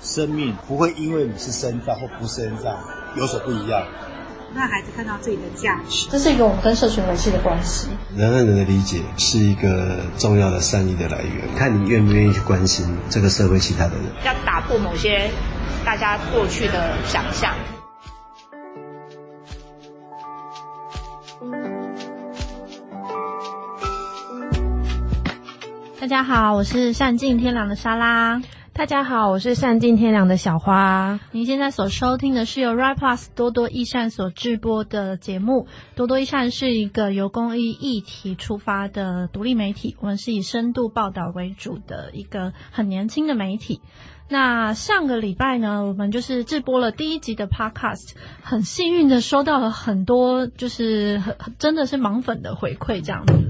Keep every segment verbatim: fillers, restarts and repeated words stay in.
生命不会因为你是身障或不是身障有所不一样， 让孩子看到自己的价值， 这是一个我们跟社群维系的关系。 人和人的理解是一个重要的善意的来源，看你愿不愿意去关心这个社会其他的人， 要打破某些大家过去的想象。 大家好，我是善尽天良的莎拉。 大家好，我是善尽天良的小花。 您现在所收听的是由 Right Plus 多多益善所制播的节目。多多益善是一个由公益议题出发的独立媒体，我们是以深度报道为主的一个很年轻的媒体。那上个礼拜呢，我们就是制播了第一集的 podcast， 很幸运的收到了很多就是很真的是盲粉的回馈这样子。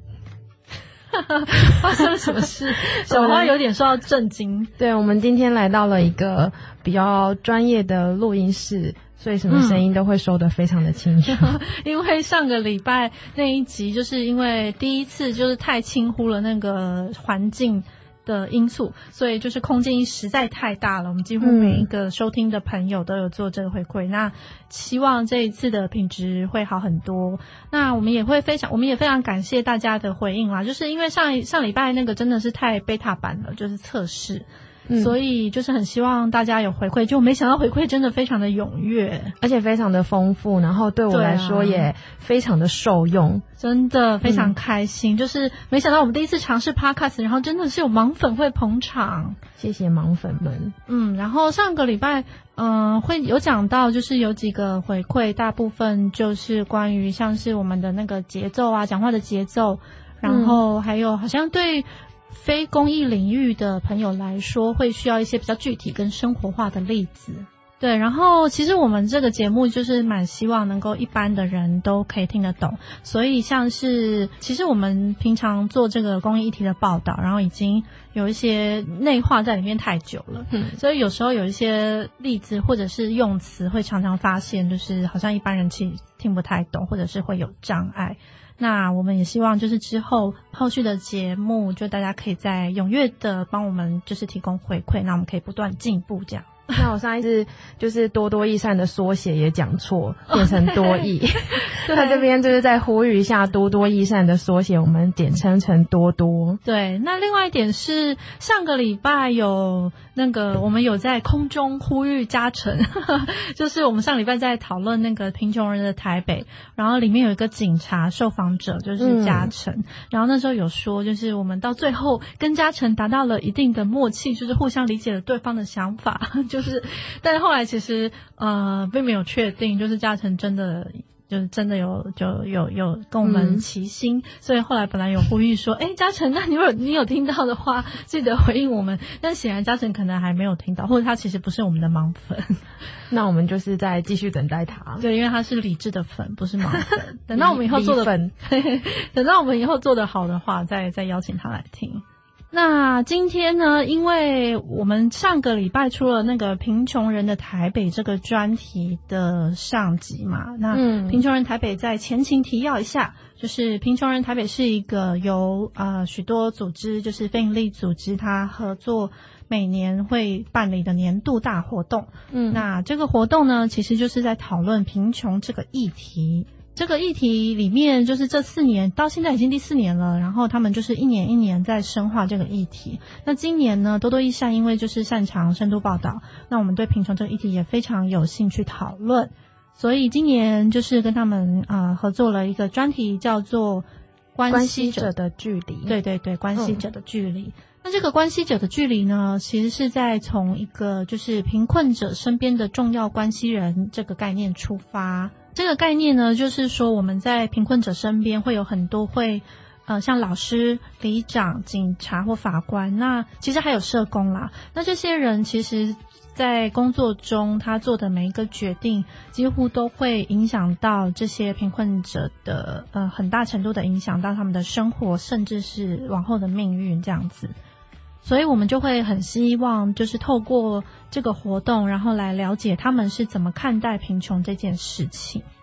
发生了什么事？小花有点受到震惊。 对，我们今天来到了一个比较专业的录音室，所以什么声音都会收得非常的清楚。 嗯、因为上个礼拜那一集，就是因为第一次就是太轻忽了那个环境的因素，所以就是空间实在太大了，我们几乎每一个收听的朋友都有做这个回馈、嗯、那希望这一次的品质会好很多。那我们也会非常我们也非常感谢大家的回应啦，就是因为上上礼拜那个真的是太贝塔版了，就是测试、嗯、所以就是很希望大家有回馈，就没想到回馈真的非常的踊跃， 而且非常的丰富，然后对我来说也非常的受用、啊、 真的非常开心、嗯、就是没想到我们第一次尝试 podcast， 然后真的是有盲粉会捧场， 谢谢盲粉们。 嗯，然后上个礼拜嗯、呃，会有讲到就是有几个回馈，大部分就是关于像是我们的那个节奏啊，讲话的节奏，然后还有好像对非公益领域的朋友来说会需要一些比较具体跟生活化的例子。对，然后其实我们这个节目就是蛮希望能够一般的人都可以听得懂，所以像是其实我们平常做这个公益议题的报道，然后已经有一些内化在里面太久了，嗯，所以有时候有一些例子或者是用词会常常发现就是好像一般人其实听不太懂，或者是会有障碍。那我们也希望就是之后后续的节目就大家可以再踊跃的帮我们就是提供回馈，那我们可以不断进步这样。 那我上一次就是多多益善的缩写也讲错，变成多益。他这边就是在呼吁一下多多益善的缩写，我们简称成多多。 对，那另外一点是上个礼拜有那个我们有在空中呼吁嘉诚，就是我们上礼拜在讨论那个贫穷人的台北，然后里面有一个警察受访者就是嘉诚、嗯、然后那时候有说就是我们到最后跟嘉诚达到了一定的默契，就是互相理解了对方的想法，就是但是后来其实呃并没有确定就是嘉诚真的就是真的有就有有跟我们齐心、嗯、所以后来本来有呼吁说诶嘉诚，那你有你有听到的话记得回应我们，但显然嘉诚可能还没有听到，或者他其实不是我们的盲粉。 那我们就是再继续等待他。 对，因为他是理智的粉，不是盲粉。等到我们以后做的粉等到我们以后做的好的话再再邀请他来听。那今天呢，因为我们上个礼拜出了那个贫穷人的台北这个专题的上集嘛，那贫穷人台北在前情提要一下，就是贫穷人台北是一个由呃许多组织，就是非营利组织它合作每年会办理的年度大活动。嗯，那这个活动呢，其实就是在讨论贫穷这个议题。这个议题里面就是这四年到现在已经第四年了，然后他们就是一年一年在深化这个议题。那今年呢，多多益善因为就是擅长深度报道，那我们对贫穷这个议题也非常有兴趣讨论，所以今年就是跟他们呃合作了一个专题，叫做关系者的距离。对对对，关系者的距离。嗯，那这个关系者的距离呢，其实是在从一个就是贫困者身边的重要关系人这个概念出发。这个概念呢，就是说我们在贫困者身边会有很多会呃像老师、里长、警察或法官，那其实还有社工啦。那这些人其实在工作中他做的每一个决定几乎都会影响到这些贫困者的呃很大程度的影响到他们的生活，甚至是往后的命运这样子。所以我们就会很希望就是透过这个活动，然后来了解他们是怎么看待贫穷这件事情。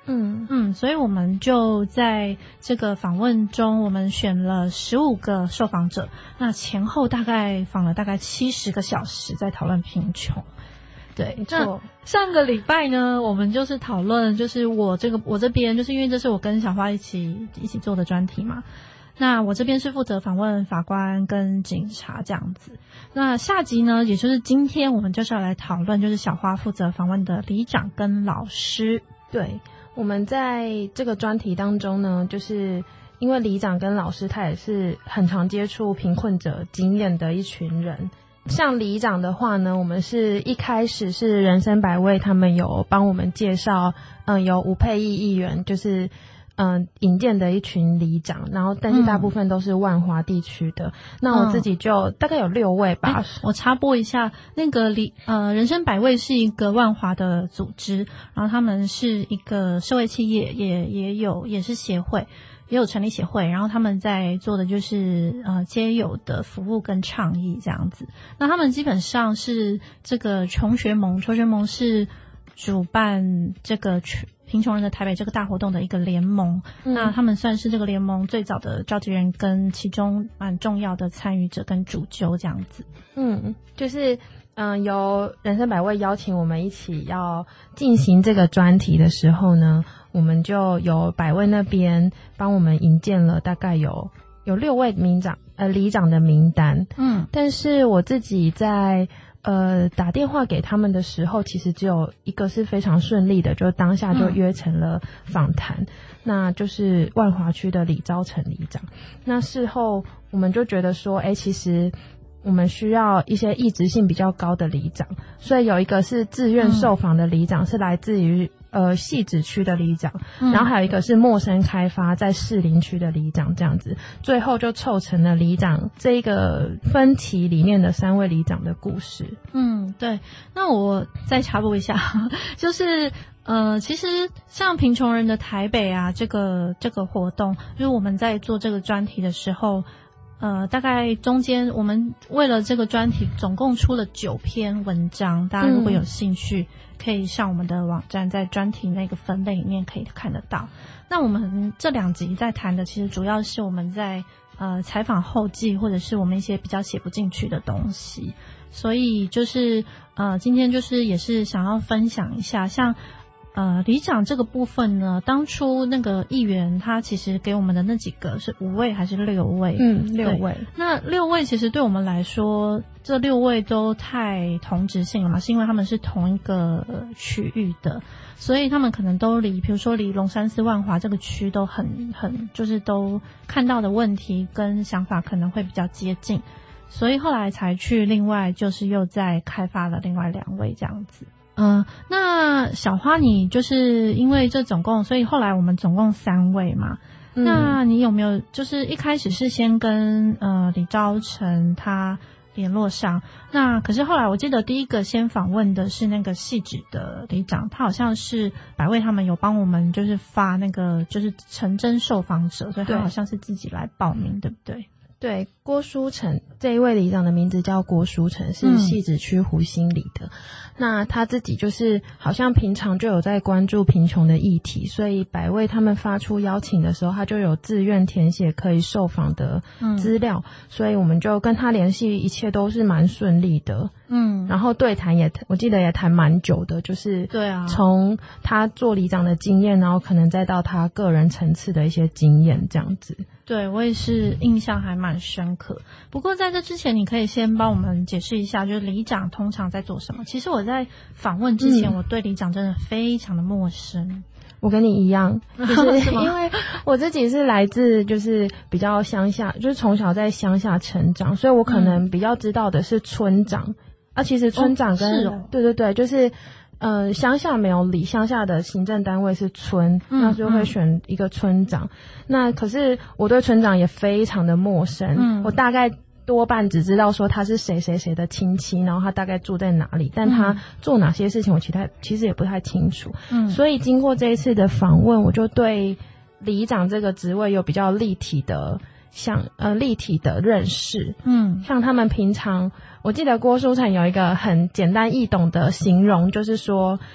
嗯嗯，所以我们就在这个访问中，我们选了十五个受访者，那前后大概访了大概七十个小时，在讨论贫穷。对，没错。上个礼拜呢，我们就是讨论，就是我这个我这边，就是因为这是我跟小花一起一起做的专题嘛。那我这边是负责访问法官跟警察这样子。那下集呢，也就是今天我们就是要来讨论，就是小花负责访问的里长跟老师。 对，我们在这个专题当中呢，就是因为里长跟老师他也是很常接触贫困者经验的一群人。像里长的话呢，我们是一开始是人生百味，他们有帮我们介绍，嗯，有吴佩益议员，就是嗯引荐的一群里长，然后但是大部分都是万华地区的。嗯、那我自己就大概有六位吧。 欸、我插播一下，那个里呃人生百味是一个万华的组织，然后他们是一个社会企业，也也有也是协会。也有成立协会，然后他们在做的就是呃街友的服务跟倡议这样子。那他们基本上是这个穷学盟，穷学盟是主办这个贫穷人的台北这个大活动的一个联盟。嗯、那他们算是这个联盟最早的召集人跟其中蛮重要的参与者跟主揪这样子。 嗯，就是嗯、呃、由人生百味邀请我们一起要进行这个专题的时候呢，我们就有百味那边帮我们引荐了大概有有六位民长呃里长的名单。嗯，但是我自己在呃打电话给他们的时候，其实只有一个是非常顺利的，就当下就约成了访谈。嗯、那就是万华区的李昭成里长。那事后我们就觉得说，哎，其实我们需要一些意志性比较高的里长，所以有一个是自愿受访的里长，嗯、是来自于呃汐止区的里长，嗯、然后还有一个是陌生开发在士林区的里长，这样子，最后就凑成了里长这一个分题里面的三位里长的故事。 嗯，对。那我再插播一下，就是呃，其实像贫穷人的台北啊，这个这个活动，就是我们在做这个专题的时候。呃，大概中间我们为了这个专题总共出了九篇文章，大家如果有兴趣，嗯、可以上我们的网站，在专题那个分类里面可以看得到。那我们这两集在谈的，其实主要是我们在呃采访后记，或者是我们一些比较写不进去的东西，所以就是呃今天就是也是想要分享一下，像。呃，里长这个部分呢，当初那个议员他其实给我们的那几个是五位还是六位？ 嗯，六位。 那六位其实对我们来说，这六位都太同质性了嘛，是因为他们是同一个区域的，所以他们可能都离，比如说离龙山寺万华这个区都很很，就是都看到的问题跟想法可能会比较接近，所以后来才去另外就是又再开发了另外两位这样子。嗯、呃，那小花你就是因为这总共，所以后来我们总共三位嘛。嗯、那你有没有就是一开始是先跟呃李昭成他联络上？那可是后来我记得第一个先访问的是那个汐止的里长，他好像是百味他们有帮我们就是发那个就是成真受访者，所以他好像是自己来报名， 对, 对不对？ 对，郭书成这一位里长的名字叫郭书成，是汐止区湖心里的。嗯、那他自己就是好像平常就有在关注贫穷的议题，所以百味他们发出邀请的时候，他就有自愿填写可以受访的资料，嗯、所以我们就跟他联系，一切都是蛮顺利的。嗯，然后对谈也我记得也谈蛮久的，就是对啊， 从他做里长的经验，然后可能再到他个人层次的一些经验这样子。 对，我也是印象还蛮深刻。不过在这之前，你可以先帮我们解释一下，就是里长通常在做什么？其实我在访问之前，嗯、我对里长真的非常的陌生。 我跟你一样，就是因为我自己是来自就是比较乡下，就是从小在乡下成长，所以我可能比较知道的是村长。嗯、啊，其实村长跟、哦哦、对对对，就是。呃，乡下没有里，乡下的行政单位是村，嗯、那就会选一个村长。嗯、那可是我对村长也非常的陌生，嗯、我大概多半只知道说他是谁谁谁的亲戚，然后他大概住在哪里，但他做哪些事情我其他其实也不太清楚。嗯，所以经过这一次的访问，我就对里长这个职位有比较立体的像呃立体的认识。嗯，像他们平常。我记得郭书成有一个很简单易懂的形容，就是说，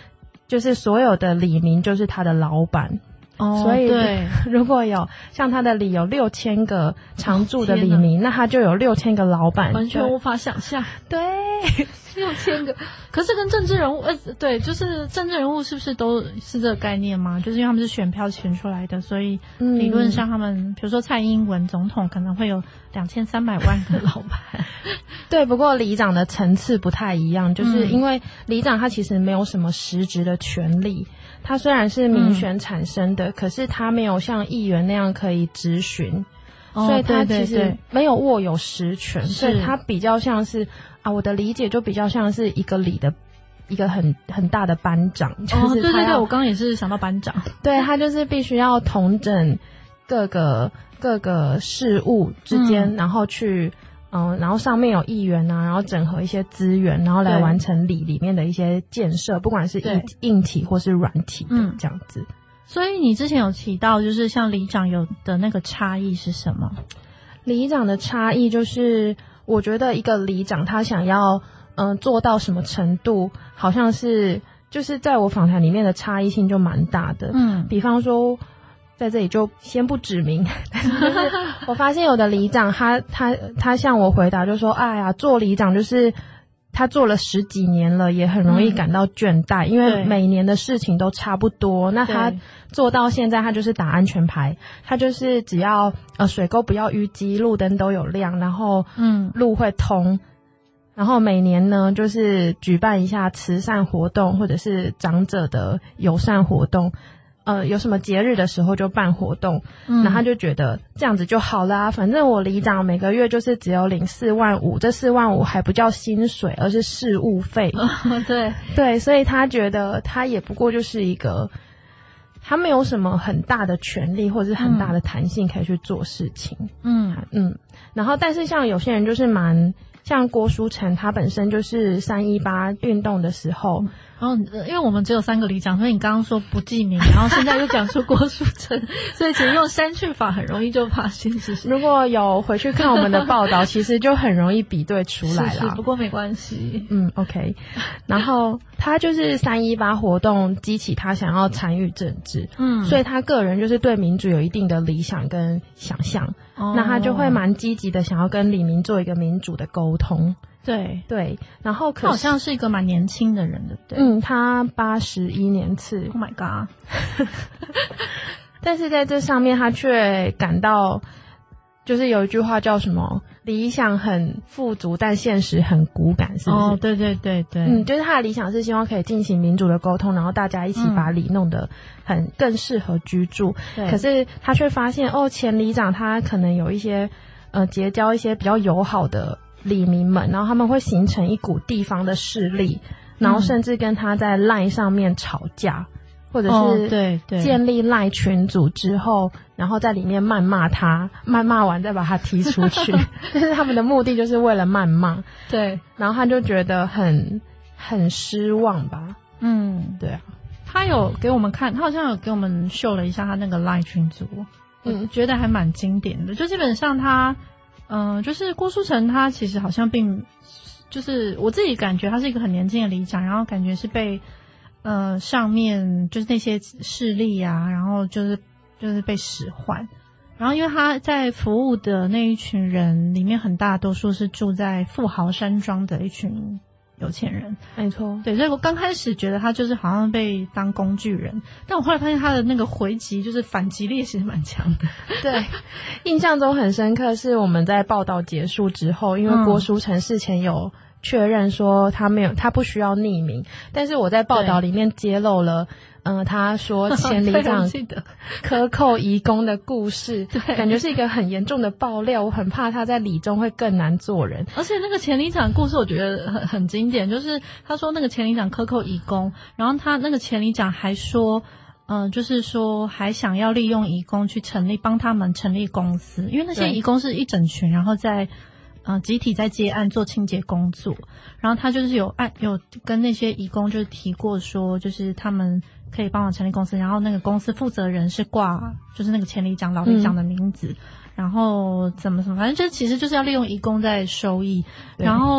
就是所有的里民就是他的老板。 哦， 所以对， 如果有像他的里有六千个常住的里民，那他就有六千个老板， 完全无法想象。 对， 六千个，可是跟政治人物，呃，对，就是政治人物是不是都是这个概念吗？就是因为他们是选票选出来的，所以理论上他们，嗯、比如说蔡英文总统可能会有两千三百万个老板。 对，不过里长的层次不太一样，就是因为里长他其实没有什么实质的权利。他虽然是民选产生的，嗯、可是他没有像议员那样可以质询，哦、所以他其实没有握有实权，所以他比较像是啊，我的理解就比较像是一个里的一个很很大的班长。就是、 哦，对对对，我刚刚也是想到班长， 对，他就是必须要统整各个各个事务之间，嗯、然后去。嗯，然后上面有议员啊，然后整合一些资源，然后来完成里里面的一些建设，不管是硬硬体或是软体的，嗯，这样子。 所以你之前有提到，就是像里长有的那个差异是什么？ 里长的差异就是，我觉得一个里长他想要嗯、呃、做到什么程度，好像是就是在我访谈里面的差异性就蛮大的。嗯，比方说。在这里就先不指名，但是就是我发现有的里长他他他向我回答就说，哎呀，做里长就是他做了十几年了，也很容易感到倦怠，嗯、因为每年的事情都差不多。那他做到现在，他就是打安全牌，他就是只要呃水沟不要淤积，路灯都有亮，然后嗯路会通。然后每年呢，就是举办一下慈善活动或者是长者的友善活动。呃，有什么节日的时候就办活动，嗯，然后他就觉得这样子就好啦，反正我里长每个月就是只有领四万五，这四万五还不叫薪水，而是事务费。 哦、对对，所以他觉得他也不过就是一个，他没有什么很大的权利或者是很大的弹性可以去做事情。嗯嗯，然后但是像有些人就是蛮。像郭书成，他本身就是三一八运动的时候， 然后因为我们只有三个里长，所以你刚刚说不记名，然后现在又讲出郭书成，所以其实用删去法很容易就发现是谁。 如果有回去看我们的报道，其实就很容易比对出来啦。 是是，不过没关系。 嗯 ，OK。然后他就是三一八活动激起他想要参与政治，嗯，所以他个人就是对民主有一定的理想跟想象。哦、那他就会蛮积极的想要跟里民做一个民主的沟通。 对对，然后可是他好像是一个蛮年轻的人的，对， 嗯，他八十一年次 ，Oh my god！ 但是在这上面他却感到，就是有一句话叫什么？理想很富足，但现实很骨感，是不是？ 哦，对对对对， 嗯，就是他的理想是希望可以进行民主的沟通，然后大家一起把里弄得很更适合居住。对、嗯，可是他却发现，哦，前里长他可能有一些呃结交一些比较友好的里民们，然后他们会形成一股地方的势力，然后甚至跟他在 LINE 上面吵架。或者是对对建立赖群组之后，然后在里面谩骂他，谩骂完再把他踢出去，就是他们的目的就是为了谩骂。 对，然后他就觉得很很失望吧。 嗯， 对啊， 他有给我们看，他好像有给我们秀了一下他那个赖群组，嗯，我觉得还蛮经典的。就基本上他，嗯、呃，就是郭书成他其实好像并就是我自己感觉他是一个很年轻的里长，然后感觉是被。呃，上面就是那些势力啊，然后就是就是被使唤，然后因为他在服务的那一群人里面，很大多数是住在富豪山庄的一群有钱人， 没错， 对，所以我刚开始觉得他就是好像被当工具人，但我后来发现他的那个回击就是反击力其实蛮强的。 对，印象中很深刻是我们在报道结束之后，因为郭书成事前有。确认说他没有，他不需要匿名，但是我在报道里面揭露了，嗯、呃，他说前里长克扣移工的故事，感觉是一个很严重的爆料，我很怕他在里中会更难做人。 而且那个前里长故事我觉得很很经典，就是他说那个前里长克扣移工，然后他那个前里长还说，嗯、呃，就是说还想要利用移工去成立，帮他们成立公司，因为那些移工是一整群，然后在。呃，集体在接案做清洁工作，然后他就是有案有跟那些移工就是提过说，就是他们可以帮忙成立公司，然后那个公司负责人是挂就是那个前里长老里长的名字，嗯、然后怎么怎么，反正就其实就是要利用移工在收益，然后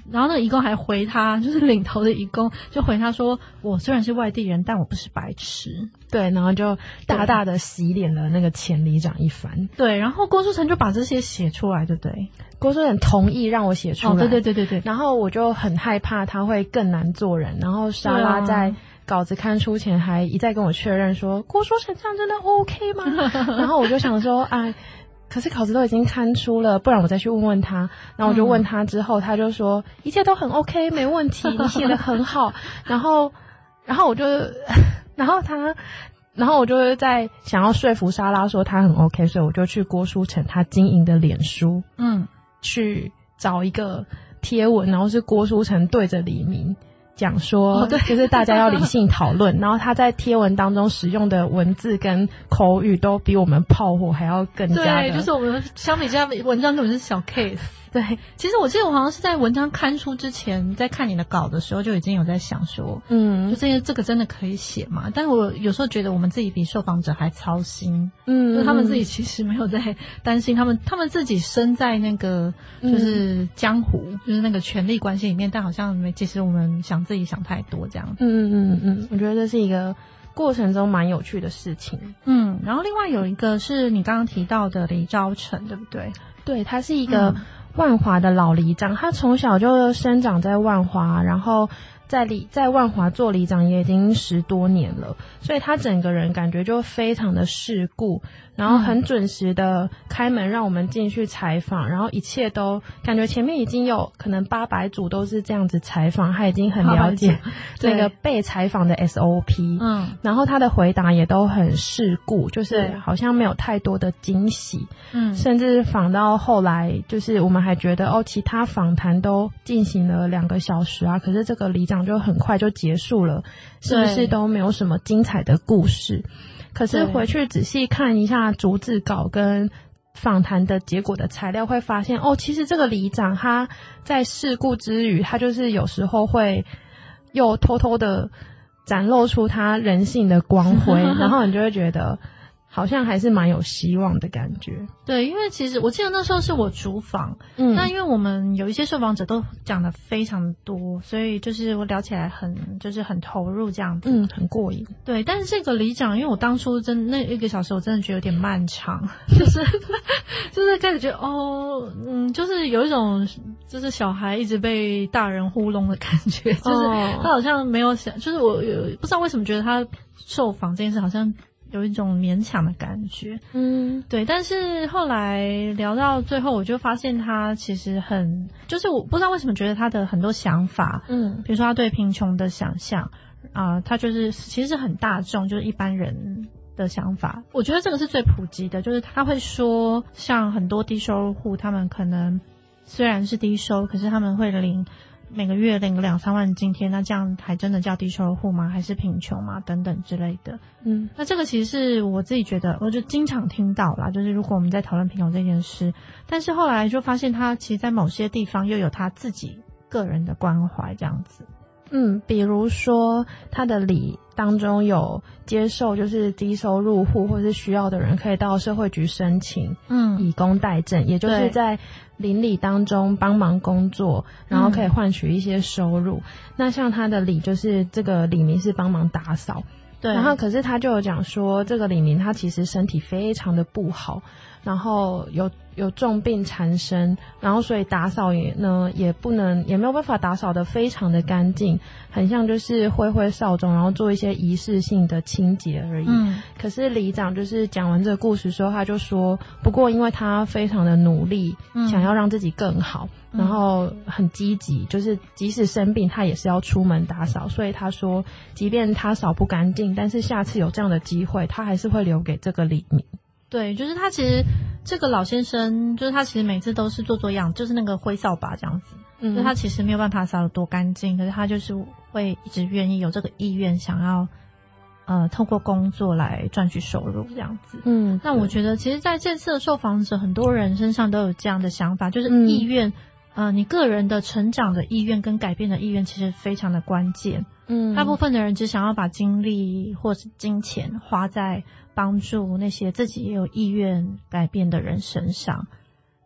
然后那个移工还回他，就是领头的移工就回他说，我虽然是外地人，但我不是白痴。 对，然后就大大的洗脸了那个前里长一番。 对，然后郭书成就把这些写出来，对不对？ 郭书成同意让我写出来。哦， 对对对对对。 然后我就很害怕他会更难做人，然后莎拉在稿子刊出前还一再跟我确认说，郭书成这样真的 OK 吗？然后我就想说，哎，可是稿子都已经刊出了，不然我再去问问他。然后我就问他之后，他就说一切都很 OK， 没问题，你写得很好。然后，然后我就，然后他，然后我就在想要说服莎拉说他很 OK， 所以我就去郭书成他经营的脸书，嗯，去找一个贴文，然后是郭书成对着李明讲说，哦，就是大家要理性讨论，然后他在贴文当中使用的文字跟口语都比我们炮火还要更加的， 对，就是我们相比之下文章根本是小 case。对，其实我记得我好像是在文章刊出之前，在看你的稿的时候就已经有在想说，嗯，就这些这个真的可以写嘛？但是我有时候觉得我们自己比受访者还操心，嗯，就他们自己其实没有在担心，他们他们自己身在那个就是江湖，嗯，就是那个权力关系里面，但好像没，其实我们想自己想太多这样。嗯嗯嗯，我觉得这是一个过程中蛮有趣的事情。 嗯，然后另外有一个是你刚刚提到的李昭成，对不对？ 对，他是一个万华的老里长，他从小就生长在万华，然后在里在万华做里长也已经十多年了，所以他整个人感觉就非常的世故，然后很准时的开门让我们进去采访，然后一切都感觉前面已经有可能八百组都是这样子采访，他已经很了解那个被采访的 S O P， 嗯，然后他的回答也都很世故，就是好像没有太多的惊喜，嗯，甚至访到后来就是我们还觉得哦，其他访谈都进行了两个小时啊，可是这个里长就很快就结束了，是不是都没有什么精彩的故事？可是回去仔细看一下逐字稿跟访谈的结果的材料，会发现哦，其实这个里长他在世故之余，他就是有时候会又偷偷的展露出他人性的光辉，然后你就会觉得好像还是蛮有希望的感觉。 对，因为其实我记得那时候是我主访，嗯，那因为我们有一些受访者都讲的非常多，所以就是我聊起来很就是很投入这样子， 嗯，很过瘾。 对，但是这个里长，因为我当初真那一个小时我真的觉得有点漫长，就是就是开始觉得哦，嗯，就是有一种就是小孩一直被大人糊弄的感觉，就是他好像没有想，就是我有不知道为什么觉得他受访这件事好像有一种勉强的感觉，嗯，对。但是后来聊到最后，我就发现他其实很，就是我不知道为什么觉得他的很多想法，嗯，比如说他对贫穷的想象啊、呃，他就是其实是很大众，就是一般人的想法。我觉得这个是最普及的，就是他会说，像很多低收入户，他们可能虽然是低收，可是他们会领每个月领个两三万津贴，那这样还真的叫低收入户吗？还是贫穷吗？等等之类的。嗯，那这个其实是我自己觉得，我就经常听到啦，就是如果我们在讨论贫穷这件事，但是后来就发现他其实在某些地方又有他自己个人的关怀这样子。 嗯，比如说他的里当中有接受就是低收入户或是需要的人可以到社会局申请，嗯，以工代赈，也就是在邻里当中帮忙工作，然后可以换取一些收入。嗯、那像他的里就是这个里民是帮忙打扫，对，然后可是他就有讲说这个里民他其实身体非常的不好，然后有有重病缠身，然后所以打扫也呢也不能也没有办法打扫得非常的干净，很像就是挥挥扫帚然后做一些仪式性的清洁而已。嗯，可是里长就是讲完这个故事之后，他就说不过因为他非常的努力，嗯、想要让自己更好，然后很积极，就是即使生病他也是要出门打扫，所以他说即便他扫不干净，但是下次有这样的机会他还是会留给这个里民。 对，就是他其实这个老先生，就是他其实每次都是做做样，就是那个挥扫把这样子，嗯，就他其实没有办法扫得多干净，可是他就是会一直愿意有这个意愿，想要呃透过工作来赚取收入这样子。嗯，那我觉得其实在这次的受访者很多人身上都有这样的想法，就是意愿，嗯、呃，你个人的成长的意愿跟改变的意愿其实非常的关键。嗯，大部分的人只想要把精力或是金钱花在帮助那些自己也有意愿改变的人身上。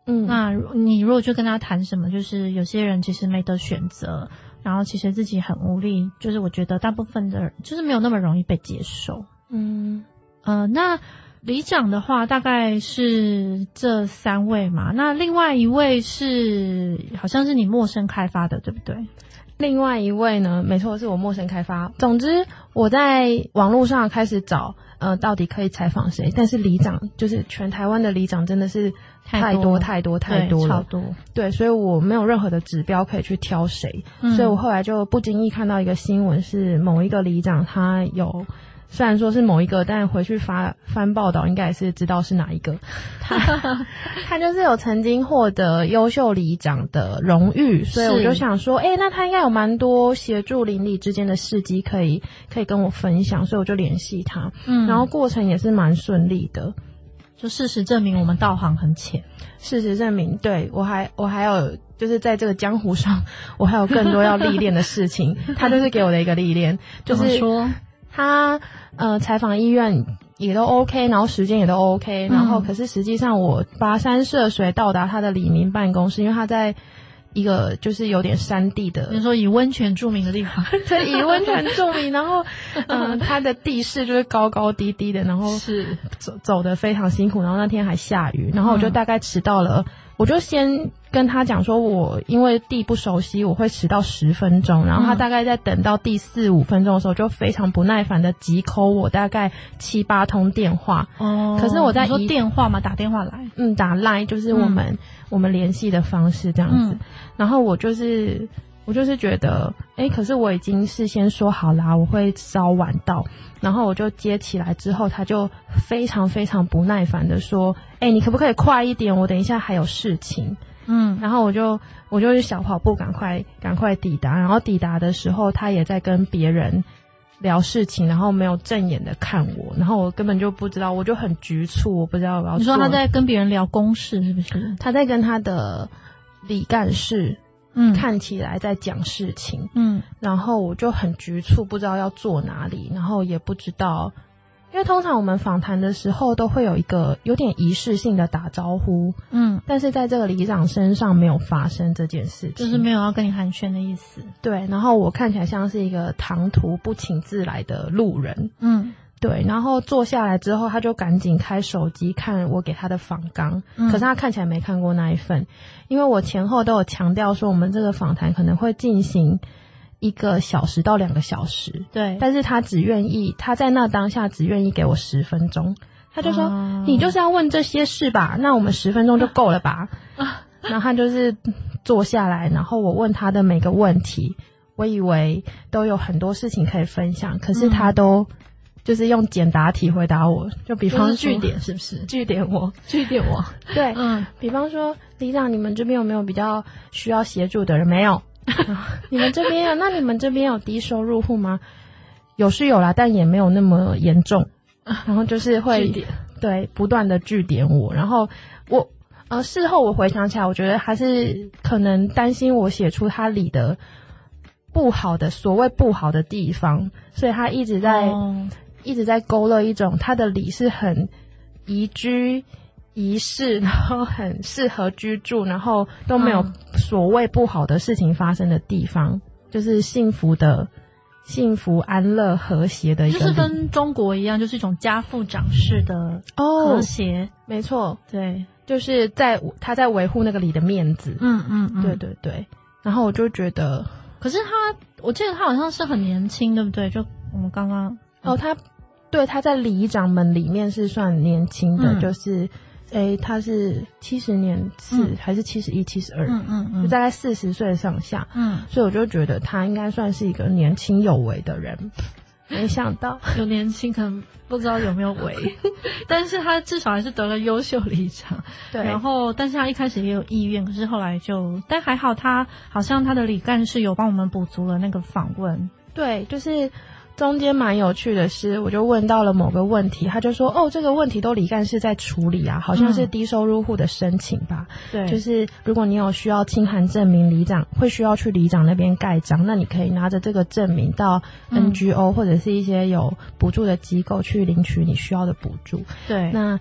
嗯，那你如果就跟他谈什么，就是有些人其实没得选择，然后其实自己很无力，就是我觉得大部分的人就是没有那么容易被接受。嗯，呃，那里长的话大概是这三位嘛，那另外一位是好像是你陌生开发的，对不对？ 另外一位呢，没错，是我陌生开发。总之，我在网络上开始找，呃，到底可以采访谁？但是里长就是全台湾的里长真的是太多太多太多了， 超多。 对，所以我没有任何的指标可以去挑谁，嗯、所以我后来就不经意看到一个新闻，是某一个里长他有。虽然说是某一个，但回去发翻报道应该也是知道是哪一个。他他就是有曾经获得优秀里长的荣誉，所以我就想说，哎、欸，那他应该有蛮多协助邻里之间的事迹可以可以跟我分享，所以我就联系他。嗯，然后过程也是蛮顺利的。 就事实证明我们道行很浅。 事实证明，对，我还我还有就是在这个江湖上，我还有更多要历练的事情。他就是给我的一个历练，就是说他呃采访医院也都 OK， 然后时间也都 OK，、嗯、然后可是实际上我跋山涉水到达他的里民办公室，因为他在一个就是有点山地的， 你说以温泉著名的地方， 对，以温泉著名，然后嗯、呃，他的地势就是高高低低的，然后是走走得非常辛苦，然后那天还下雨，然后我就大概迟到了。嗯，我就先跟他讲说，我因为地不熟悉，我会迟到十分钟。然后他大概在等到第四五分钟的时候，就非常不耐烦的急 call 我大概七八通电话。哦，可是我在你说电话吗？打电话来？ 嗯，打 line 就是我们、嗯、我们联系的方式这样子。嗯、然后我就是我就是觉得，哎，可是我已经事先说好啦，我会稍晚到。然后我就接起来之后，他就非常非常不耐烦的说，哎，你可不可以快一点？我等一下还有事情。嗯，然后我就我就小跑步赶快赶快抵达，然后抵达的时候，他也在跟别人聊事情，然后没有正眼的看我，然后我根本就不知道，我就很局促，我不知道我要做。 你说他在跟别人聊公事是不是？ 他在跟他的里干事。嗯，看起来在讲事情，嗯，然后我就很局促，不知道要坐哪里，然后也不知道，因为通常我们访谈的时候都会有一个有点仪式性的打招呼，嗯，但是在这个里长身上没有发生这件事情， 就是没有要跟你寒暄的意思， 对，然后我看起来像是一个唐突不请自来的路人，嗯。对，然后坐下来之后，他就赶紧开手机看我给他的访纲、嗯，可是他看起来没看过那一份，因为我前后都有强调说我们这个访谈可能会进行一个小时到两个小时，对，但是他只愿意他在那当下只愿意给我十分钟，他就说、哦、你就是要问这些事吧，那我们十分钟就够了吧，啊、然后他就是坐下来，然后我问他的每个问题，我以为都有很多事情可以分享，可是他都。嗯就是用简答题回答我，就比方说句点是不是？ 句点我， 句点我， 对，嗯，比方说，里长，你们这边有没有比较需要协助的人？没有，你们这边有？那你们这边有低收入户吗？有是有啦，但也没有那么严重。然后就是会对不断的句点我，然后我呃事后我回想起来，我觉得还是可能担心我写出他里的不好的所谓不好的地方，所以他一直在。哦一直在勾勒一种他的里是很宜居宜室，然后很适合居住，然后都没有所谓不好的事情发生的地方，就是幸福的幸福安乐和谐的一个里， 就是跟中国一样，就是一种家父长式的和谐、哦、 没错， 对， 就是在他在维护那个里的面子，嗯嗯嗯，对对对，然后我就觉得可是他我记得他好像是很年轻对不对，就我们刚刚哦他对，他在里长们里面是算年轻的，嗯、就是诶他是七十年次、嗯、还是七十一七十二，嗯嗯嗯，就大概四十岁上下，嗯，所以我就觉得他应该算是一个年轻有为的人，没想到有年轻可能不知道有没有为但是他至少还是得了优秀里长，对，然后但是他一开始也有意愿，可是后来就但还好他好像他的里干事有帮我们补足了那个访问， 对，就是中间蛮有趣的是，我就问到了某个问题，他就说哦这个问题都里干事在处理啊，好像是低收入户的申请吧，对、嗯，就是如果你有需要清函证明，里长会需要去里长那边盖章，那你可以拿着这个证明到 N G O、嗯、或者是一些有补助的机构去领取你需要的补助，对，那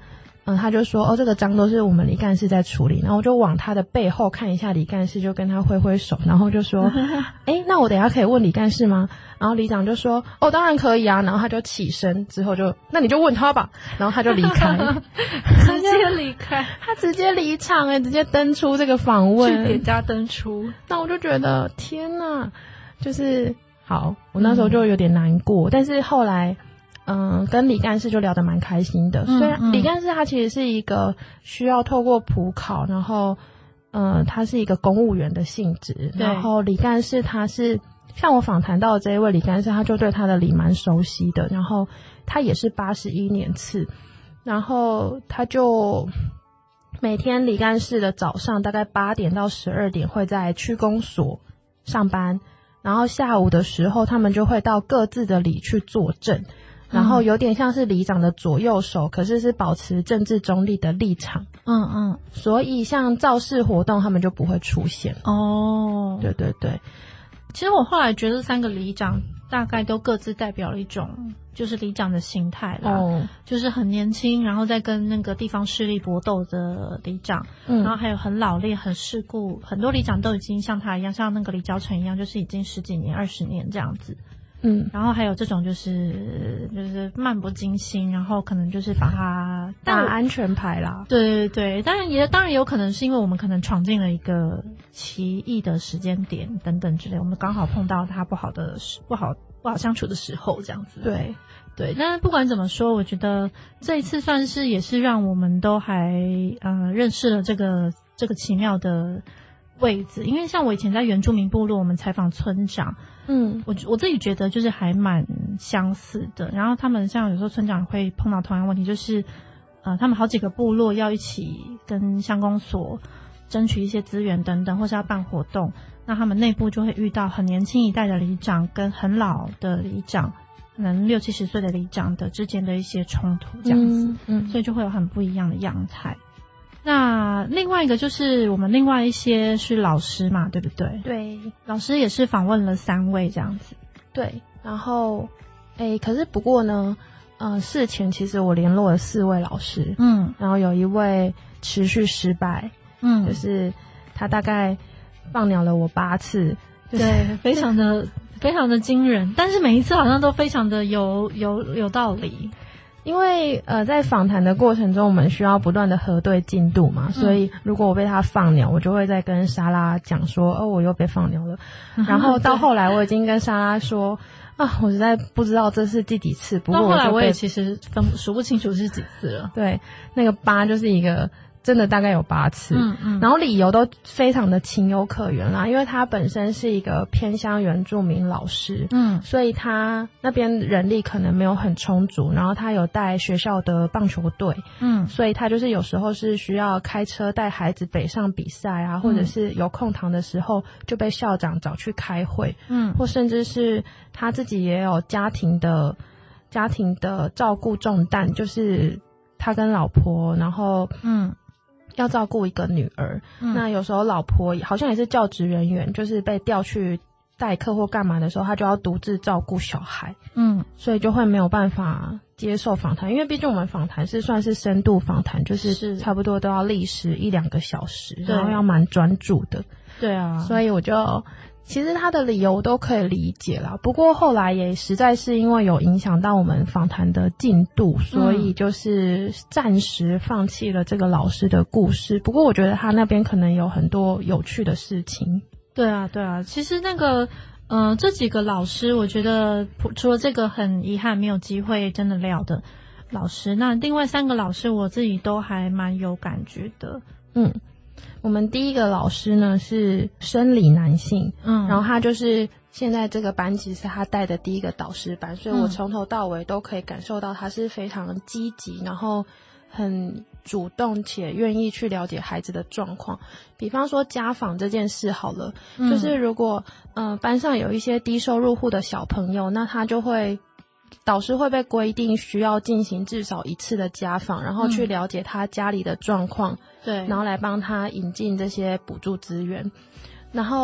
嗯，他就说哦，这个章都是我们李干事在处理，然后我就往他的背后看一下李干事，就跟他挥挥手，然后就说，哎，那我等一下可以问李干事吗？然后里长就说，哦，当然可以啊，然后他就起身之后就，那你就问他吧，然后他就离开， 直接离开， 他直接离场哎，直接登出这个访问， 去点加登出， 那我就觉得天哪，就是好，我那时候就有点难过，嗯、但是后来。嗯，跟李干事就聊得蛮开心的。虽然、嗯嗯、李干事他其实是一个需要透过普考，然后，嗯，他是一个公务员的性质。然后李干事他是像我访谈到的这一位李干事，他就对他的礼蛮熟悉的。然后他也是八十一年次，然后他就每天李干事的早上大概八点到十二点会在区公所上班，然后下午的时候他们就会到各自的里去作证。然后有点像是里长的左右手，可是是保持政治中立的立场。 嗯嗯， 所以像造势活动他们就不会出现。 哦， 对对对。 其实我后来觉得三个里长大概都各自代表了一种就是里长的心态啦，哦、就是很年轻，然后再跟那个地方势力搏斗的里长，嗯，然后还有很老练、很世故，很多里长都已经像他一样，像那个李交成一样，就是已经十几年、二十年这样子。嗯，然后还有这种就是就是漫不经心，然后可能就是把它打安全牌啦。 对对对，当然也当然有可能是因为我们可能闯进了一个奇异的时间点等等之类，我们刚好碰到他不好的不好不好相处的时候这样子。 对对，但是不管怎么说，我觉得这一次算是也是让我们都还呃认识了这个这个奇妙的位置，因为像我以前在原住民部落，我们采访村长。嗯，我我自己觉得就是还蛮相似的。然后他们像有时候村长会碰到同样问题，就是呃，他们好几个部落要一起跟乡公所争取一些资源等等，或是要办活动，那他们内部就会遇到很年轻一代的里长跟很老的里长，可能六七十岁的里长的之间的一些冲突这样子，嗯，嗯所以就会有很不一样的样态。那另外一个就是我们另外一些是老师嘛，对不对？ 对， 老师也是访问了三位这样子。 对，然后，诶，可是不过呢，呃，事前其实我联络了四位老师，嗯，然后有一位持续失败，嗯，就是他大概放鸟了我八次， 就是、对，非常的非常的惊人，但是每一次好像都非常的有有有道理。 因为呃，在访谈的过程中，我们需要不断的核对进度嘛，嗯、所以如果我被他放鸟，我就会再跟莎拉讲说，哦，我又被放鸟了。然后到后来，我已经跟莎拉说，啊，我实在不知道这是第几次。不过到后来我也其实分数不清楚是几次了。 对，那个八就是一个。真的大概有八次，嗯嗯，然后理由都非常的情有可原啦，因为他本身是一个偏乡原住民老师，嗯，所以他那边人力可能没有很充足，然后他有带学校的棒球队，嗯，所以他就是有时候是需要开车带孩子北上比赛啊，或者是有空堂的时候就被校长找去开会，嗯，或甚至是他自己也有家庭的家庭的照顾重担，就是他跟老婆，然后嗯。要照顾一个女儿，嗯、那有时候老婆好像也是教职人员，就是被调去代课或干嘛的时候，他就要独自照顾小孩，嗯，所以就会没有办法接受访谈，因为毕竟我们访谈是算是深度访谈，就是差不多都要历时一两个小时，然后要蛮专注的， 对啊， 所以我就。其实他的理由都可以理解啦，不过后来也实在是因为有影响到我们访谈的进度，所以就是暂时放弃了这个老师的故事。不过我觉得他那边可能有很多有趣的事情。 对啊，对啊，其实那个呃这几个老师，我觉得除了这个很遗憾没有机会真的聊的老师，那另外三个老师我自己都还蛮有感觉的。嗯。 我们第一个老师呢是生理男性，嗯，然后他就是现在这个班级是他带的第一个导师班，所以我从头到尾都可以感受到他是非常积极，然后很主动且愿意去了解孩子的状况。比方说家访这件事好了，嗯、就是如果呃班上有一些低收入户的小朋友，那他就会。导师会被规定需要进行至少一次的家访，然后去了解他家里的状况，对，然后来帮他引进这些补助资源。然后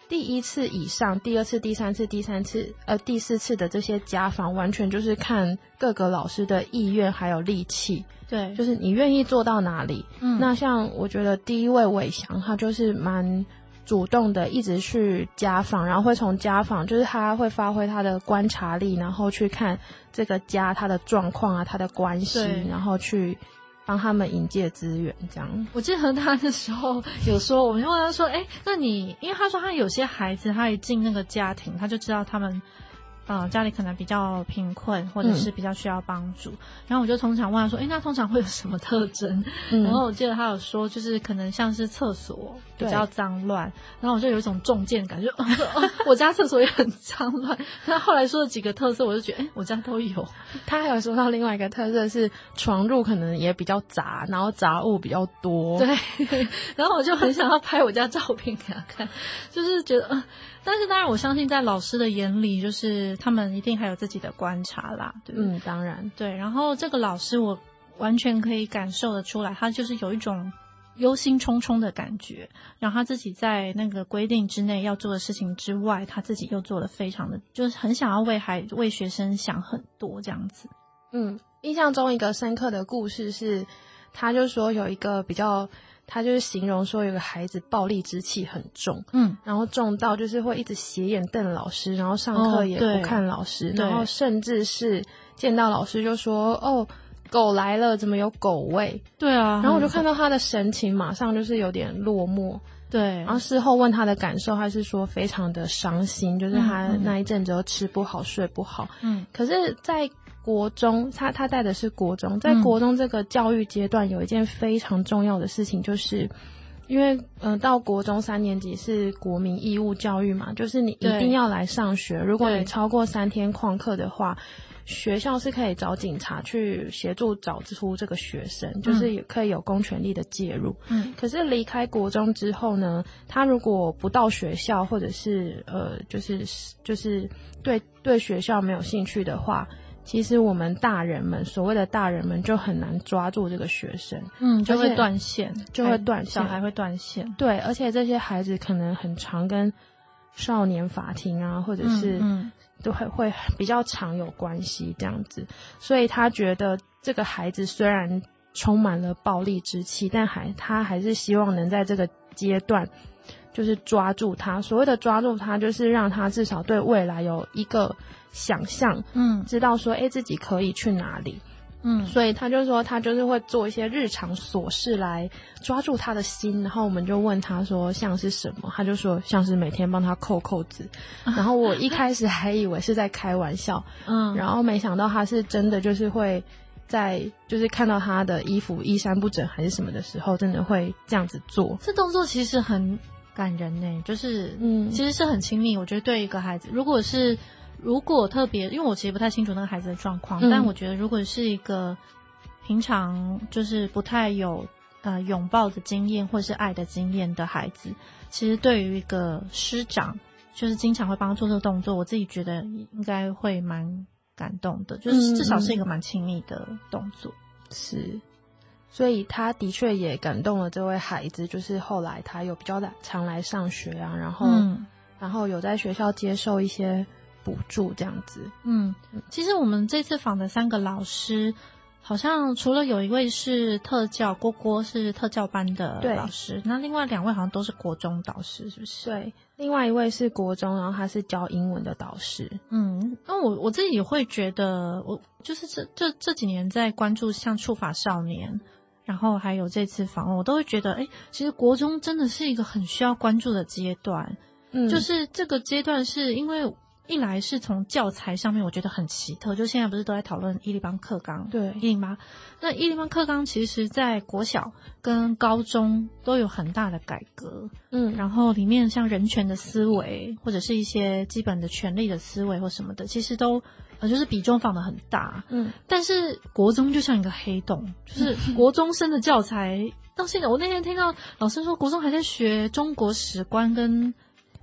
第一次以上，第二次、第三次、第三次，呃，第四次的这些家访，完全就是看各个老师的意愿还有力气。 对， 就是你愿意做到哪里。嗯，那像我觉得第一位伟翔，他就是蛮主动的，一直去家访，然后会从家访，就是他会发挥他的观察力，然后去看这个家他的状况啊，他的关系，然后去帮他们引介资源这样。 我记得他那时候有说，我们就问他说，哎、欸，那你，因为他说他有些孩子，他一进那个家庭，他就知道他们呃，家里可能比较贫困，或者是比较需要帮助、嗯、然后我就通常问他说，诶，那通常会有什么特征、嗯、然后我记得他有说就是可能像是厕所比较脏乱，然后我就有一种中箭感觉、哦哦、我家厕所也很脏乱。他后来说了几个特色，我就觉得诶，我家都有。 他还有说到另外一个特色是床褥可能也比较杂，然后杂物比较多。 对，然后我就很想要拍我家照片给他看，就是觉得、呃、但是当然我相信在老师的眼里，就是他们一定还有自己的观察啦，对不对？ 嗯，当然。 对，然后这个老师我完全可以感受得出来，他就是有一种忧心忡忡的感觉，然后他自己在那个规定之内要做的事情之外，他自己又做得非常的，就是很想要为孩为学生想很多这样子。 嗯，印象中一个深刻的故事是，他就说有一个比较，他就是形容说有个孩子暴力之气很重，嗯，然后重到就是会一直斜眼瞪老师，然后上课也不看老师，哦、然后甚至是见到老师就说哦。狗来了，怎么有狗味？ 对啊， 然后我就看到他的神情，马上就是有点落寞。 对， 然后事后问他的感受，他是说非常的伤心，就是他那一阵子都吃不好、睡不好。嗯，可是，在国中，他他带的是国中，在国中这个教育阶段，有一件非常重要的事情，就是因为嗯、呃，到国中三年级是国民义务教育嘛，就是你一定要来上学，如果你超过三天旷课的话。学校是可以找警察去协助找出这个学生，嗯、就是也可以有公权力的介入。嗯，可是离开国中之后呢，他如果不到学校，或者是呃，就是就是对对学校没有兴趣的话，其实我们大人们所谓的大人们就很难抓住这个学生， 嗯，就会断线， 就会断线， 小孩会断线。 对，而且这些孩子可能很常跟少年法庭啊，或者是嗯。嗯都会会比较常有关系这样子，所以他觉得这个孩子虽然充满了暴力之气，但还他还是希望能在这个阶段就是抓住他。所谓的抓住他，就是让他至少对未来有一个想象，嗯，知道说诶自己可以去哪里。嗯，所以他就说他就是会做一些日常琐事来抓住他的心，然后我们就问他说像是什么，他就说像是每天帮他扣扣子，然后我一开始还以为是在开玩笑，嗯，然后没想到他是真的，就是会在就是看到他的衣服衣衫不整还是什么的时候，真的会这样子做。 这动作其实很感人耶，就是嗯，其实是很亲密。我觉得对一个孩子，如果是如果特别，因为我其实不太清楚那个孩子的状况、嗯，但我觉得如果是一个平常就是不太有呃拥抱的经验或是爱的经验的孩子，其实对于一个师长，就是经常会帮他做这个动作，我自己觉得应该会蛮感动的，就是至少是一个蛮亲密的动作。 嗯、是，所以他的确也感动了这位孩子，就是后来他有比较常来上学啊，然后、嗯、然后有在学校接受一些补助这样子。 嗯，其实我们这次访的三个老师，好像除了有一位是特教，郭郭是特教班的老师，那另外两位好像都是国中导师，是不是？ 对，另外一位是国中，然后他是教英文的导师。 嗯，那我我自己也会觉得，我就是这这这几年在关注像触法少年，然后还有这次访问，我都会觉得，哎，其实国中真的是一个很需要关注的阶段。嗯，就是这个阶段是因为。一来是从教材上面我觉得很奇特，就现在不是都在讨论一零八课纲， 对一零八，那一零八课纲其实在国小跟高中都有很大的改革，嗯，然后里面像人权的思维或者是一些基本的权利的思维或什么的，其实都呃就是比重放得很大，嗯，但是国中就像一个黑洞，就是国中生的教材到现在，我那天听到老师说国中还在学中国史观跟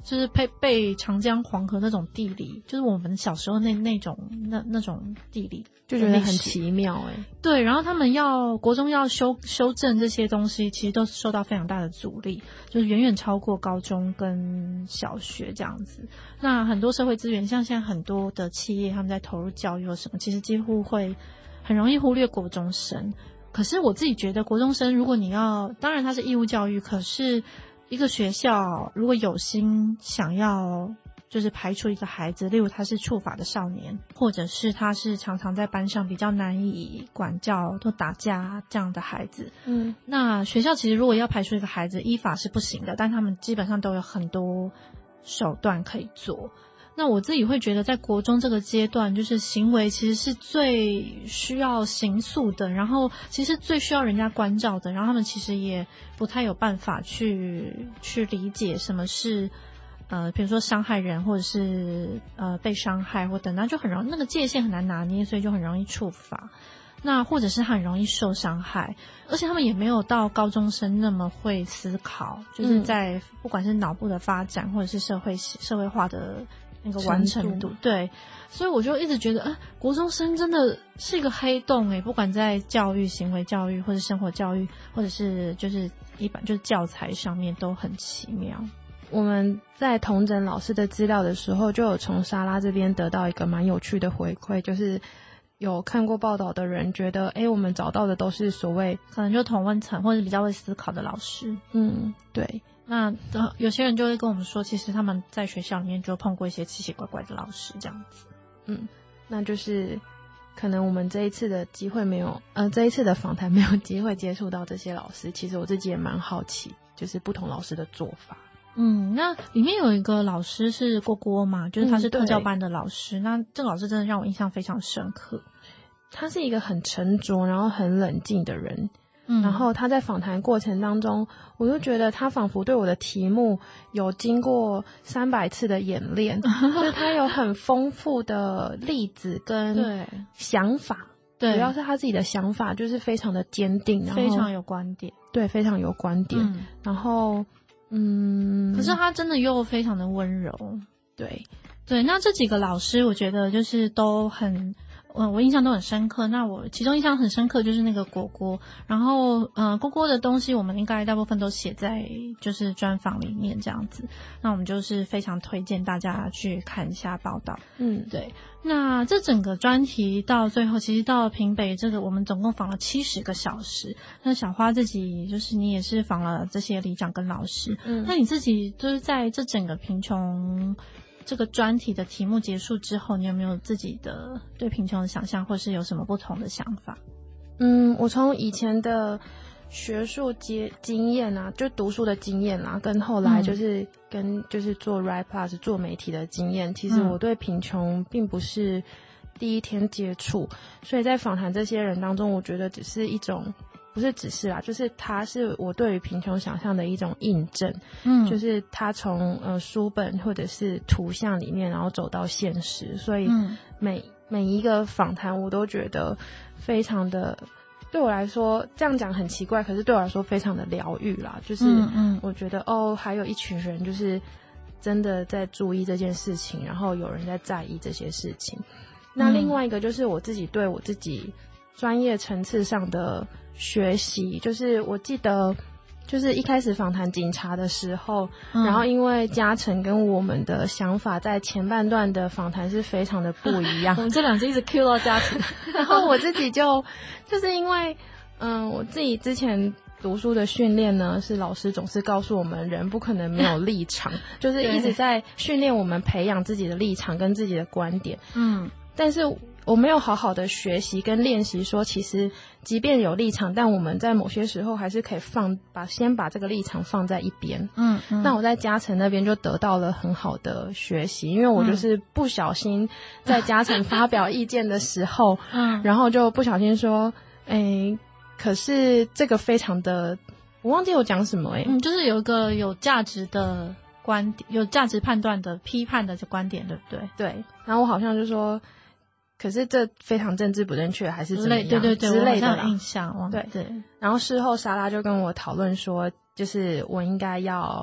就是背背长江黄河那种地理，就是我们小时候那那种那那种地理， 就觉得很奇妙哎、欸。 对，然后他们要国中要修修正这些东西，其实都受到非常大的阻力，就是远远超过高中跟小学这样子。那很多社会资源，像现在很多的企业他们在投入教育或什么，其实几乎会很容易忽略国中生。可是我自己觉得国中生，如果你要，当然它是义务教育，可是一个学校如果有心想要就是排除一个孩子，例如他是触法的少年，或者是他是常常在班上比较难以管教或打架这样的孩子， 嗯， 那学校其实如果要排除一个孩子，依法是不行的，但他们基本上都有很多手段可以做。那我自己会觉得在国中这个阶段，就是行为其实是最需要形塑的，然后其实最需要人家关照的，然后他们其实也不太有办法去去理解什么是呃比如说伤害人，或者是呃被伤害或等等，就很容易那个界限很难拿捏，所以就很容易触法，那或者是很容易受伤害，而且他们也没有到高中生那么会思考，就是在不管是脑部的发展或者是社会社会化的那个完成度，对，所以我就一直觉得，呃，国中生真的是一个黑洞诶，不管在教育、行为教育，或者生活教育，或者是就是一般就是教材上面都很奇妙。 我们在统整老师的资料的时候，就有从莎拉这边得到一个蛮有趣的回馈，就是有看过报道的人觉得，诶，我们找到的都是所谓可能就同温层或者比较会思考的老师。 嗯，对。 那呃，有些人就会跟我们说，其实他们在学校里面就碰过一些奇奇怪怪的老师这样子。 嗯，那就是可能我们这一次的机会没有，呃，这一次的访谈没有机会接触到这些老师。其实我自己也蛮好奇，就是不同老师的做法。 嗯，那里面有一个老师是郭郭嘛，就是他是特教班的老师。嗯、那这个老师真的让我印象非常深刻。 他是一个很沉着，然后很冷静的人。 嗯， 然后他在访谈过程当中，我就觉得他仿佛对我的题目有经过三百次的演练，就是他有很丰富的例子跟想法， 对， 主要是他自己的想法就是非常的坚定，然后非常有观点， 对，非常有观点。嗯、然后，嗯， 可是他真的又非常的温柔， 对， 对。那这几个老师，我觉得就是都很。我我印象都很深刻，那我其中印象很深刻就是那个果果，然后呃果果的东西我们应该大部分都写在就是专访里面这样子，那我们就是非常推荐大家去看一下报道。 嗯， 对。那这整个专题到最后，其实到屏北这个我们总共访了七十个小时，那小花自己就是你也是访了这些里长跟老师，嗯，那你自己就是在这整个贫穷这个专题的题目结束之后，你有没有自己的对贫穷的想象，或是有什么不同的想法？ 嗯，我从以前的学术经经验啊，就读书的经验啊，跟后来就是跟、嗯、就是做 Right Plus 做媒体的经验，其实我对贫穷并不是第一天接触，所以在访谈这些人当中，我觉得只是一种。不是只是啦，就是它是我对于贫穷想象的一种印证，嗯，就是它从呃书本或者是图像里面，然后走到现实，所以每、嗯、每一个访谈我都觉得非常的，对我来说这样讲很奇怪，可是对我来说非常的疗愈啦，就是我觉得、嗯嗯、哦，还有一群人就是真的在注意这件事情，然后有人在在意这些事情。那另外一个就是我自己对我自己专业层次上的学习，就是我记得就是一开始访谈警察的时候、嗯、然后因为嘉诚跟我们的想法在前半段的访谈是非常的不一样我们这两集一直 cue 到嘉诚然后我自己就就是因为嗯，我自己之前读书的训练呢，是老师总是告诉我们人不可能没有立场就是一直在训练我们培养自己的立场跟自己的观点。嗯，但是我没有好好的学习跟练习说，其实即便有立场，但我们在某些时候还是可以放把先把这个立场放在一边。嗯，嗯那我在嘉诚那边就得到了很好的学习，因为我就是不小心在嘉诚发表意见的时候，嗯，然后就不小心说，诶，可是这个非常的，我忘记我讲什么诶、欸， 嗯，就是有一个有价值的观点，有价值判断的批判的观点，对不对？ 对，然后我好像就说。可是这非常政治不正确，还是怎么样？ 对对对， 之类的我好像有印象。 对对。然后事后莎拉就跟我讨论说，就是我应该要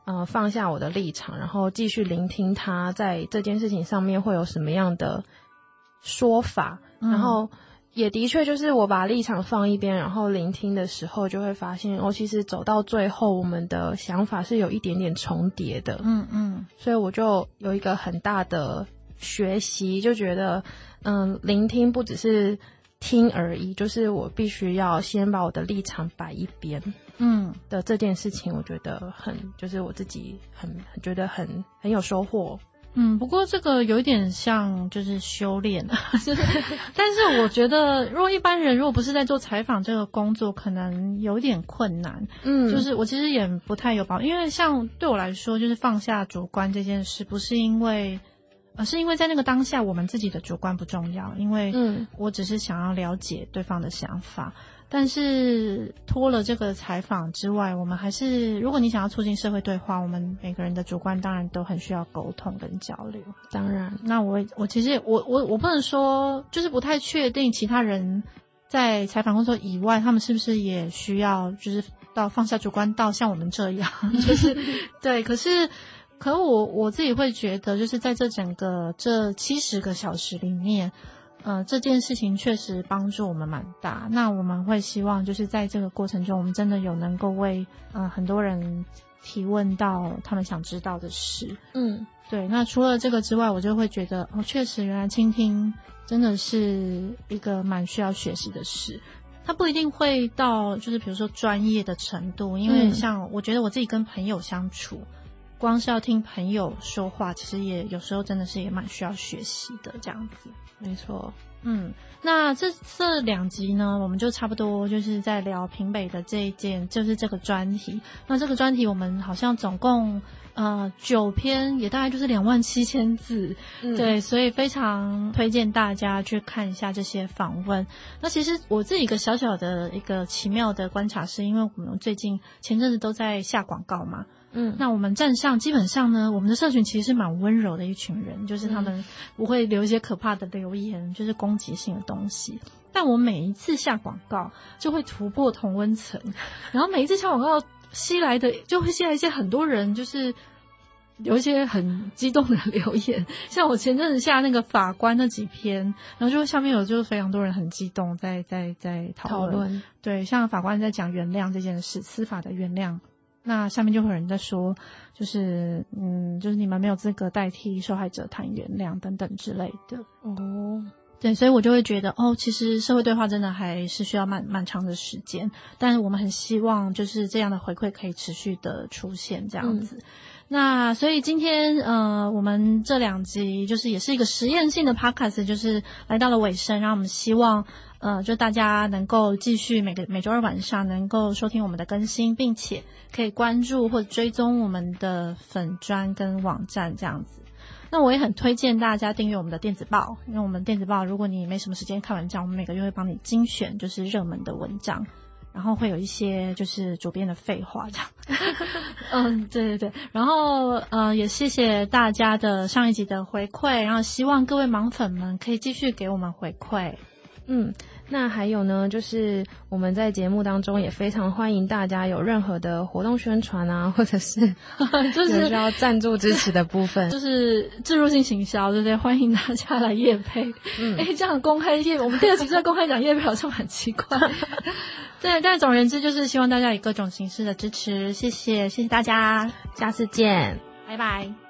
呃放下我的立场，然后继续聆听他在这件事情上面会有什么样的说法， 嗯、 然后也的确就是我把立场放一边，然后聆听的时候就会发现哦，其实走到最后我们的想法是有一点点重叠的。 嗯嗯， 所以我就有一个很大的学习，就觉得嗯，聆听不只是听而已，就是我必须要先把我的立场摆一边。嗯的这件事情，我觉得很就是我自己很很觉得很很有收获。 嗯，不过这个有一点像就是修炼，就是但是我觉得如果一般人如果不是在做采访这个工作，可能有点困难。嗯，就是我其实也不太有把握，因为像对我来说，就是放下主观这件事，不是因为而是因为在那个当下我们自己的主观不重要，因为我只是想要了解对方的想法。但是脱了这个采访之外，我们还是如果你想要促进社会对话，我们每个人的主观当然都很需要沟通跟交流。 当然， 那我我其实我我我不能说，就是不太确定其他人在采访工作以外，他们是不是也需要就是到放下主观到像我们这样，就是对，可是可我我自己会觉得，就是在这整个这七十个小时里面。呃，这件事情确实帮助我们蛮大。那我们会希望就是在这个过程中，我们真的有能够为呃很多人提问到他们想知道的事。嗯，对。那除了这个之外，我就会觉得哦，确实原来倾听真的是一个蛮需要学习的事。它不一定会到就是比如说专业的程度，因为像我觉得我自己跟朋友相处，光是要听朋友说话，其实也有时候真的是也蛮需要学习的这样子。 没错， 嗯，那这这两集呢，我们就差不多就是在聊平北的这一件，就是这个专题。那这个专题我们好像总共呃九篇，也大概就是两万七千字，嗯，对，所以非常推荐大家去看一下这些访问。那其实我自己一个小小的一个奇妙的观察是，因为我们最近前阵子都在下广告嘛。嗯，那我们站上基本上呢，我们的社群其实是蛮温柔的一群人，就是他们不会留一些可怕的留言，就是攻击性的东西。但我每一次下广告就会突破同温层，然后每一次下广告吸来的就会吸来一些很多人，就是有一些很激动的留言。像我前阵子下那个法官那几篇，然后就下面有就是非常多人很激动在在在讨论，对，像法官在讲原谅这件事，司法的原谅。那下面就会有人在说，就是嗯，就是你们没有资格代替受害者谈原谅等等之类的。哦，对，所以我就会觉得，哦，其实社会对话真的还是需要蛮蛮长的时间，但是我们很希望就是这样的回馈可以持续的出现这样子。嗯，那所以今天呃，我们这两集就是也是一个实验性的 podcast， 就是来到了尾声，然后我们希望呃，就大家能够继续每个每周二晚上能够收听我们的更新，并且可以关注或者追踪我们的粉专跟网站这样子。那我也很推荐大家订阅我们的电子报，因为我们电子报如果你没什么时间看文章，我们每个月会帮你精选就是热门的文章，然后会有一些就是主编的废话这样。嗯，对对对，然后呃也谢谢大家的上一集的回馈，然后希望各位盲粉们可以继续给我们回馈。 嗯，那还有呢，就是我们在节目当中也非常欢迎大家有任何的活动宣传啊，或者是就是需要赞助支持的部分， 就是置入性行销，对不对？欢迎大家来业配。嗯，哎，这样公开业，我们第二集在公开讲业配好像很奇怪。对，但总而言之就是希望大家以各种形式的支持，谢谢，谢谢大家， 下次见， 拜拜。